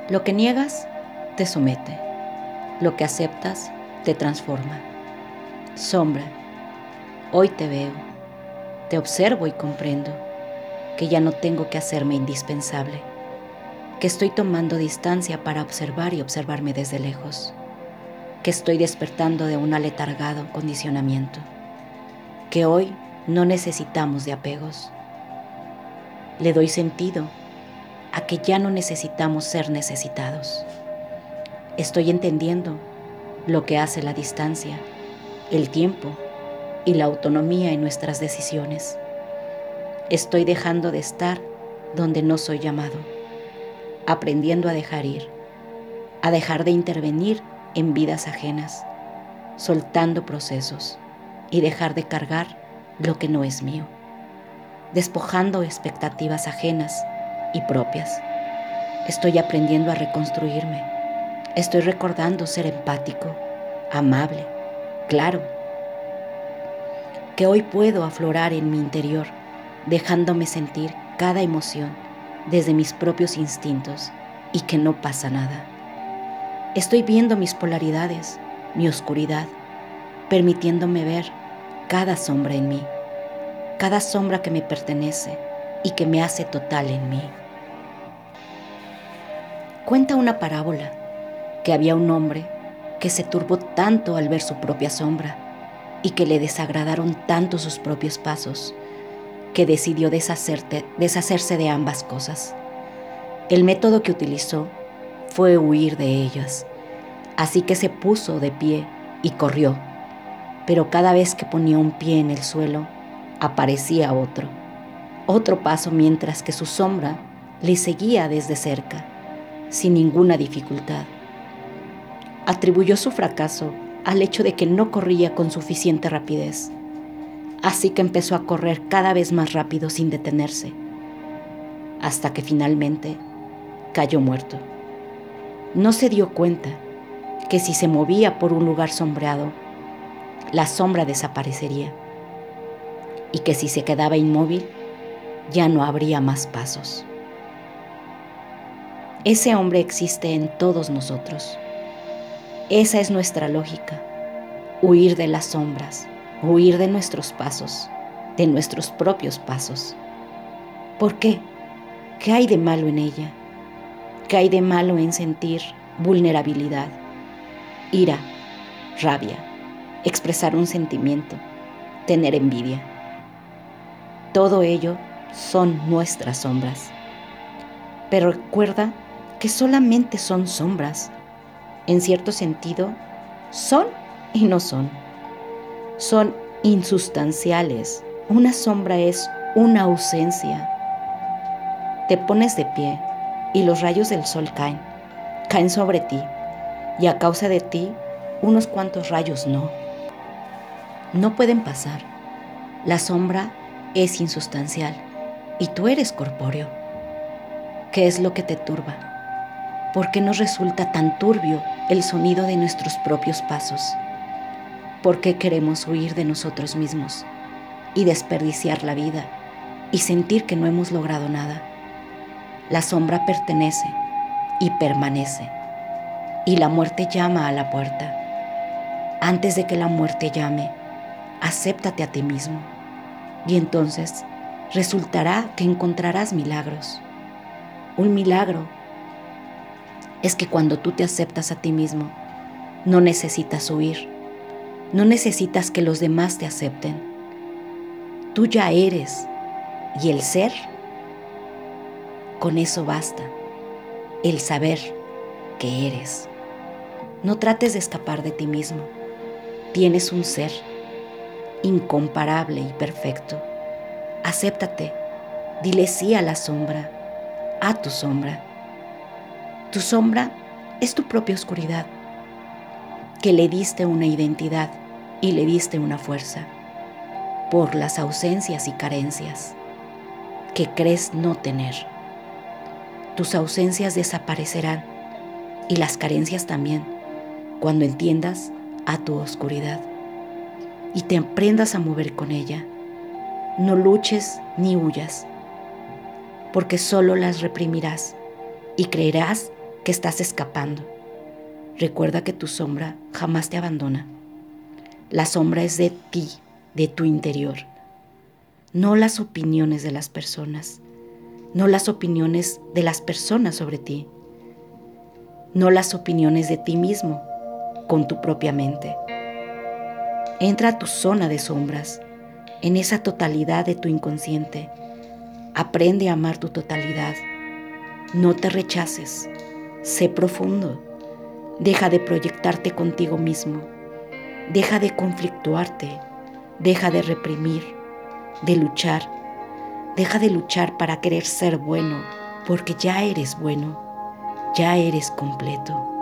Lo que niegas te somete, lo que aceptas te transforma. Sombra, hoy te veo, te observo y comprendo que ya no tengo que hacerme indispensable, que estoy tomando distancia para observar y observarme desde lejos, que estoy despertando de un aletargado condicionamiento, que hoy no necesitamos de apegos. Le doy sentido a que ya no necesitamos ser necesitados. Estoy entendiendo lo que hace la distancia, el tiempo y la autonomía en nuestras decisiones. Estoy dejando de estar donde no soy llamado, aprendiendo a dejar ir, a dejar de intervenir en vidas ajenas, soltando procesos y dejar de cargar lo que no es mío, despojando expectativas ajenas y propias. Estoy aprendiendo a reconstruirme. Estoy recordando ser empático, amable, claro, que hoy puedo aflorar en mi interior, dejándome sentir cada emoción desde mis propios instintos y que no pasa nada. Estoy viendo mis polaridades, mi oscuridad, permitiéndome ver cada sombra en mí, cada sombra que me pertenece y que me hace total en mí. Cuenta una parábola que había un hombre que se turbó tanto al ver su propia sombra y que le desagradaron tanto sus propios pasos, que decidió deshacerse de ambas cosas. El método que utilizó fue huir de ellas, así que se puso de pie y corrió, pero cada vez que ponía un pie en el suelo, aparecía otro paso mientras que su sombra le seguía desde cerca, sin ninguna dificultad. Atribuyó su fracaso al hecho de que no corría con suficiente rapidez, así que empezó a correr cada vez más rápido sin detenerse, hasta que finalmente cayó muerto. No se dio cuenta que si se movía por un lugar sombreado, la sombra desaparecería, y que si se quedaba inmóvil, ya no habría más pasos. Ese hombre existe en todos nosotros. Esa es nuestra lógica: huir de las sombras, huir de nuestros pasos, de nuestros propios pasos. ¿Por qué? ¿Qué hay de malo en ella? ¿Qué hay de malo en sentir vulnerabilidad, ira, rabia, expresar un sentimiento, tener envidia? Todo ello son nuestras sombras. Pero recuerda que solamente son sombras. En cierto sentido, son y no son. Son insustanciales. Una sombra es una ausencia. Te pones de pie y los rayos del sol caen sobre ti, y a causa de ti, unos cuantos rayos no pueden pasar. La sombra es insustancial y tú eres corpóreo. ¿Qué es lo que te turba? ¿Por qué nos resulta tan turbio el sonido de nuestros propios pasos? ¿Por qué queremos huir de nosotros mismos y desperdiciar la vida y sentir que no hemos logrado nada? La sombra pertenece y permanece, y la muerte llama a la puerta. Antes de que la muerte llame, acéptate a ti mismo, y entonces resultará que encontrarás milagros. Un milagro es que cuando tú te aceptas a ti mismo, no necesitas huir, no necesitas que los demás te acepten. Tú ya eres, y el ser, con eso basta, el saber que eres. No trates de escapar de ti mismo. Tienes un ser incomparable y perfecto. Acéptate, dile sí a la sombra, a tu sombra. Tu sombra es tu propia oscuridad, que le diste una identidad y le diste una fuerza por las ausencias y carencias que crees no tener. Tus ausencias desaparecerán y las carencias también cuando entiendas a tu oscuridad y te aprendas a mover con ella. No luches ni huyas, porque solo las reprimirás y creerás que estás escapando. Recuerda que tu sombra jamás te abandona. La sombra es de ti, de tu interior. No las opiniones de las personas. No las opiniones de las personas sobre ti. No las opiniones de ti mismo con tu propia mente. Entra a tu zona de sombras, en esa totalidad de tu inconsciente. Aprende a amar tu totalidad. No te rechaces. Sé profundo. Deja de proyectarte contigo mismo. Deja de conflictuarte. Deja de reprimir, de luchar. Deja de luchar para querer ser bueno, porque ya eres bueno. Ya eres completo.